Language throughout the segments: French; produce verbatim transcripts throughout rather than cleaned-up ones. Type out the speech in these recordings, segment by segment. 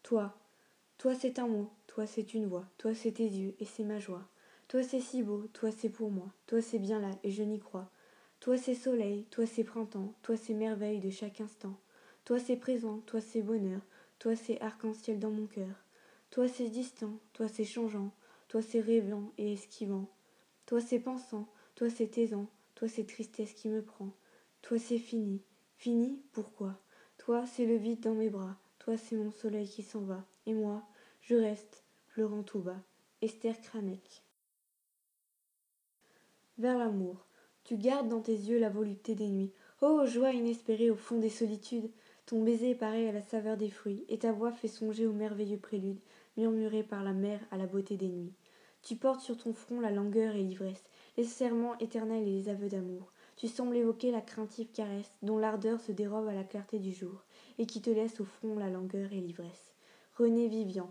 Toi, toi c'est un mot, toi c'est une voix, toi c'est tes yeux et c'est ma joie. Toi c'est si beau, toi c'est pour moi, toi c'est bien là et je n'y crois. Toi c'est soleil, toi c'est printemps, toi c'est merveille de chaque instant. Toi c'est présent, toi c'est bonheur, toi c'est arc-en-ciel dans mon cœur. Toi c'est distant, toi c'est changeant, toi c'est rêvant et esquivant. Toi c'est pensant, toi c'est taisant, toi c'est tristesse qui me prend. Toi c'est fini, fini, pourquoi? Toi c'est le vide dans mes bras, toi c'est mon soleil qui s'en va, et moi, je reste, pleurant tout bas. Esther Kramec. Vers l'amour. Tu gardes dans tes yeux la volupté des nuits. Oh, joie inespérée au fond des solitudes! Ton baiser est pareil à la saveur des fruits, et ta voix fait songer au merveilleux prélude, murmuré par la mer à la beauté des nuits. Tu portes sur ton front la langueur et l'ivresse, les serments éternels et les aveux d'amour. Tu sembles évoquer la craintive caresse, dont l'ardeur se dérobe à la clarté du jour, et qui te laisse au front la langueur et l'ivresse. René Vivian.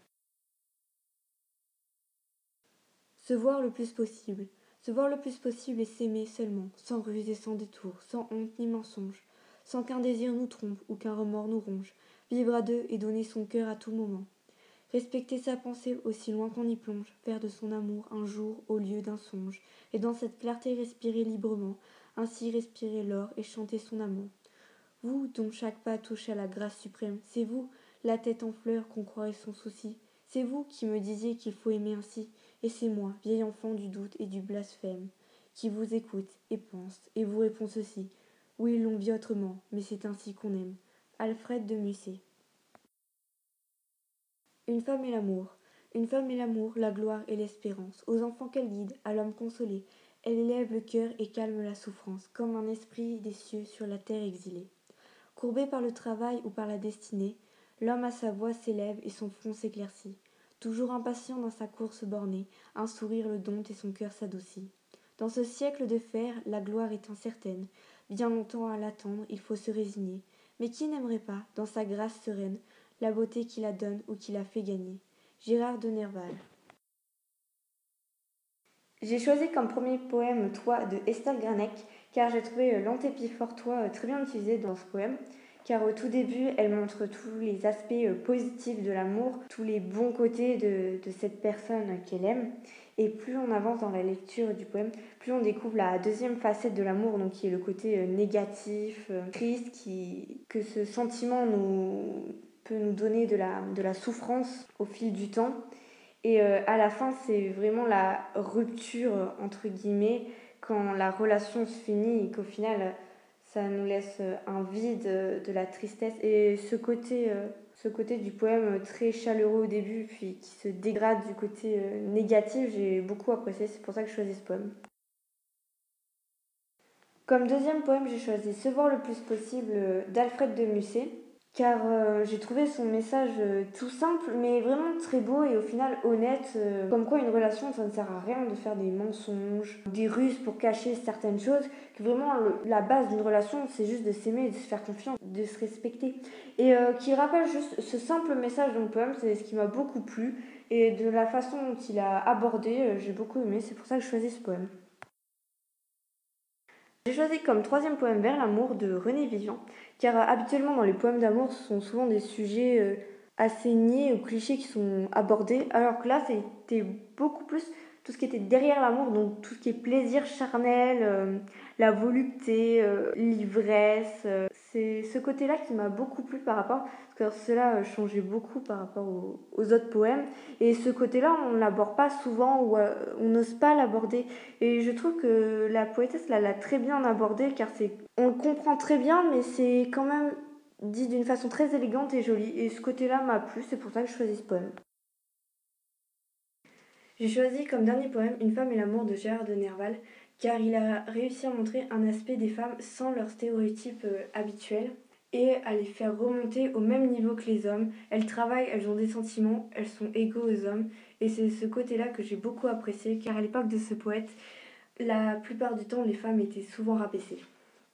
Se voir le plus possible. Se voir le plus possible et s'aimer seulement, sans ruse et sans détour, sans honte ni mensonge, sans qu'un désir nous trompe ou qu'un remords nous ronge, vivre à deux et donner son cœur à tout moment. Respecter sa pensée aussi loin qu'on y plonge, faire de son amour un jour au lieu d'un songe, et dans cette clarté respirer librement, ainsi respirer l'or et chanter son amant. Vous, dont chaque pas touche à la grâce suprême, c'est vous, la tête en fleurs qu'on croirait sans souci. C'est vous qui me disiez qu'il faut aimer ainsi, et c'est moi, vieil enfant du doute et du blasphème, qui vous écoute et pense, et vous répond ceci. Oui, l'on vit autrement, mais c'est ainsi qu'on aime. Alfred de Musset. Une femme et l'amour. Une femme et l'amour, la gloire et l'espérance. Aux enfants qu'elle guide, à l'homme consolé, elle élève le cœur et calme la souffrance, comme un esprit des cieux sur la terre exilée. Courbé par le travail ou par la destinée, l'homme à sa voix s'élève et son front s'éclaircit. Toujours impatient dans sa course bornée, un sourire le dompte et son cœur s'adoucit. Dans ce siècle de fer, la gloire est incertaine. Bien longtemps à l'attendre, il faut se résigner. Mais qui n'aimerait pas, dans sa grâce sereine, la beauté qui la donne ou qui la fait gagner? Gérard de Nerval. J'ai choisi comme premier poème Toi de Estelle Granec, car j'ai trouvé l'antépiphore Toi très bien utilisé dans ce poème, car au tout début, elle montre tous les aspects positifs de l'amour, tous les bons côtés de, de cette personne qu'elle aime. Et plus on avance dans la lecture du poème, plus on découvre la deuxième facette de l'amour, donc qui est le côté négatif, triste, qui, que ce sentiment nous, peut nous donner de la, de la souffrance au fil du temps. Et euh, à la fin, c'est vraiment la rupture, entre guillemets, quand la relation se finit et qu'au final, ça nous laisse un vide, de la tristesse. Et ce côté, euh, ce côté du poème très chaleureux au début, puis qui se dégrade du côté euh, négatif, j'ai beaucoup apprécié. C'est pour ça que je choisis ce poème. Comme deuxième poème, j'ai choisi Se voir le plus possible d'Alfred de Musset, car euh, j'ai trouvé son message euh, tout simple mais vraiment très beau et au final honnête, euh, comme quoi une relation ça ne sert à rien de faire des mensonges, des ruses pour cacher certaines choses, que vraiment le, la base d'une relation c'est juste de s'aimer, de se faire confiance, de se respecter, et euh, qui rappelle juste ce simple message dans le poème, c'est ce qui m'a beaucoup plu, et de la façon dont il a abordé, euh, j'ai beaucoup aimé, c'est pour ça que je choisis ce poème. J'ai choisi comme troisième poème Vers l'amour de René Vivian, car euh, habituellement dans les poèmes d'amour ce sont souvent des sujets euh, assez niais ou clichés qui sont abordés, alors que là c'était beaucoup plus tout ce qui était derrière l'amour, donc tout ce qui est plaisir charnel, euh, la volupté, euh, l'ivresse. Euh, c'est ce côté-là qui m'a beaucoup plu par rapport, parce que cela euh, changeait beaucoup par rapport aux, aux autres poèmes, et ce côté-là on ne l'aborde pas souvent ou euh, on n'ose pas l'aborder. Et je trouve que la poétesse là, l'a très bien abordé, car c'est, on le comprend très bien, mais c'est quand même dit d'une façon très élégante et jolie. Et ce côté-là m'a plu, c'est pour ça que je choisis ce poème. J'ai choisi comme dernier poème Une femme et l'amour de Gérard de Nerval, car il a réussi à montrer un aspect des femmes sans leurs stéréotypes euh, habituels et à les faire remonter au même niveau que les hommes. Elles travaillent, elles ont des sentiments, elles sont égaux aux hommes. Et c'est ce côté-là que j'ai beaucoup apprécié, car à l'époque de ce poète, la plupart du temps, les femmes étaient souvent rabaissées.